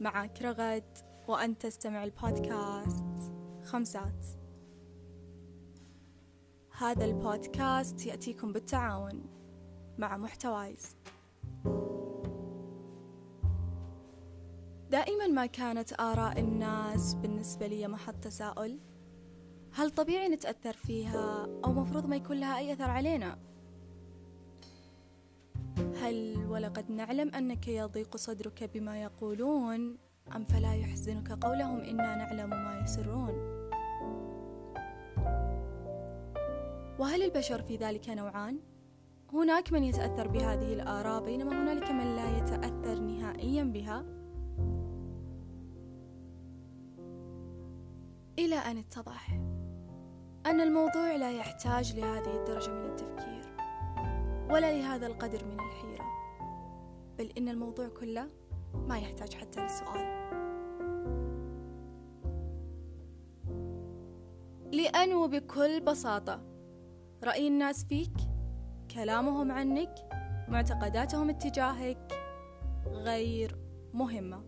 معك رغد، وأنت تستمع البودكاست خمسات. هذا البودكاست يأتيكم بالتعاون مع محتوايز. دائما ما كانت آراء الناس بالنسبة لي محط تساؤل، هل طبيعي نتأثر فيها أو مفروض ما يكون لها أي أثر علينا؟ هل ولقد نعلم أنك يضيق صدرك بما يقولون، أم فلا يحزنك قولهم إنا نعلم ما يسرون؟ وهل البشر في ذلك نوعان؟ هناك من يتأثر بهذه الآراء، بينما هنالك من لا يتأثر نهائيا بها، إلى أن اتضح أن الموضوع لا يحتاج لهذه الدرجة من التفكير ولا لهذا القدر من الحيرة، بل إن الموضوع كله ما يحتاج حتى للسؤال. لأنه بكل بساطة رأي الناس فيك، كلامهم عنك، معتقداتهم اتجاهك غير مهمة،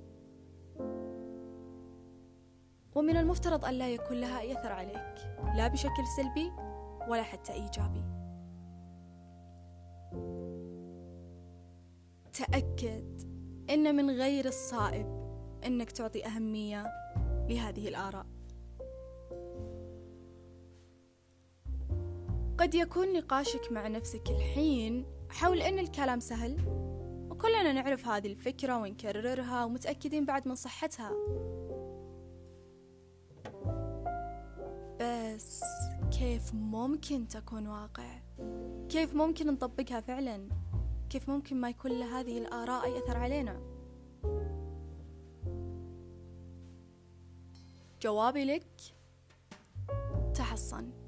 ومن المفترض أن لا يكون لها أي أثر عليك، لا بشكل سلبي ولا حتى إيجابي. تأكد إن من غير الصائب إنك تعطي أهمية لهذه الآراء. قد يكون نقاشك مع نفسك الحين حول إن الكلام سهل، وكلنا نعرف هذه الفكرة ونكررها ومتأكدين بعد من صحتها، بس كيف ممكن تكون واقع؟ كيف ممكن نطبقها فعلا؟ كيف ممكن ما يكون لهذه الآراء أي أثر علينا؟ جوابي لك: تحصن.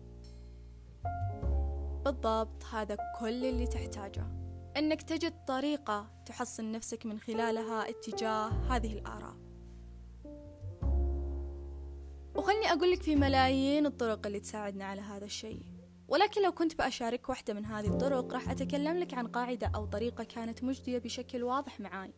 بالضبط، هذا كل اللي تحتاجه، أنك تجد طريقة تحصن نفسك من خلالها اتجاه هذه الآراء. وخلني أقول لك في ملايين الطرق اللي تساعدنا على هذا الشيء، ولكن لو كنت بأشارك واحدة من هذه الطرق راح أتكلم لك عن قاعدة أو طريقة كانت مجدية بشكل واضح معاي.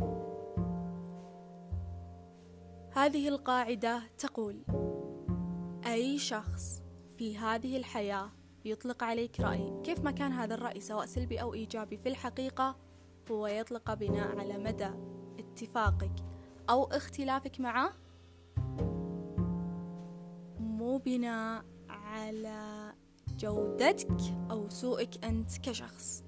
هذه القاعدة تقول: أي شخص في هذه الحياة يطلق عليك رأي، كيف ما كان هذا الرأي سواء سلبي أو إيجابي، في الحقيقة هو يطلق بناء على مدى اتفاقك أو اختلافك معه، مو بناء على جودتك أو سوءك أنت كشخص.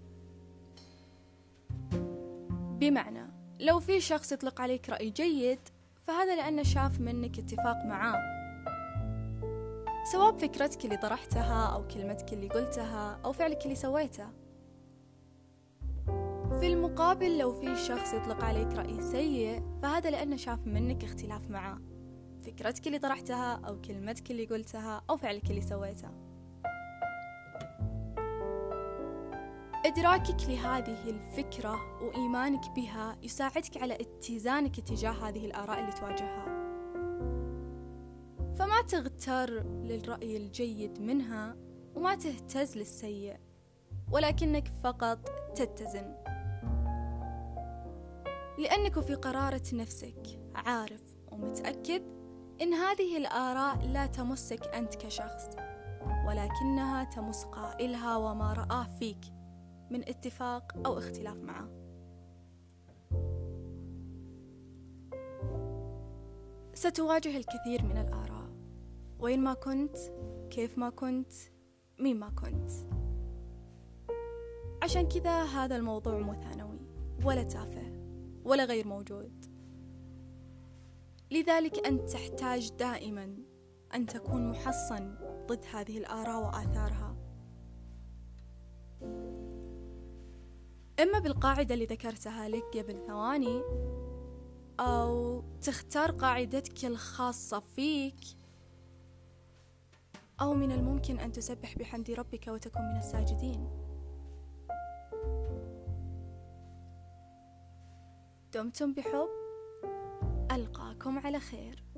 بمعنى لو في شخص يطلق عليك رأي جيد، فهذا لأنه شاف منك اتفاق معاه، سواء بفكرتك اللي طرحتها أو كلمتك اللي قلتها أو فعلك اللي سويته. في المقابل لو في شخص يطلق عليك رأي سيء، فهذا لأنه شاف منك اختلاف معاه، فكرتك اللي طرحتها أو كلمتك اللي قلتها أو فعلك اللي سويته. إدراكك لهذه الفكرة وإيمانك بها يساعدك على اتزانك تجاه هذه الآراء اللي تواجهها، فما تغتر للرأي الجيد منها وما تهتز للسيء، ولكنك فقط تتزن، لأنك في قرارة نفسك عارف ومتأكد إن هذه الآراء لا تمسك أنت كشخص، ولكنها تمس قائلها وما رآه فيك من اتفاق أو اختلاف معه. ستواجه الكثير من الآراء، وين ما كنت، كيف ما كنت، مين ما كنت. عشان كذا هذا الموضوع مو ثانوي ولا تافه ولا غير موجود، لذلك أنت تحتاج دائما أن تكون محصن ضد هذه الآراء وآثارها، إما بالقاعدة اللي ذكرتها لك قبل ثواني، أو تختار قاعدتك الخاصة فيك، أو من الممكن أن تسبح بحمد ربك وتكون من الساجدين. دمتم بحب، ألقاكم على خير.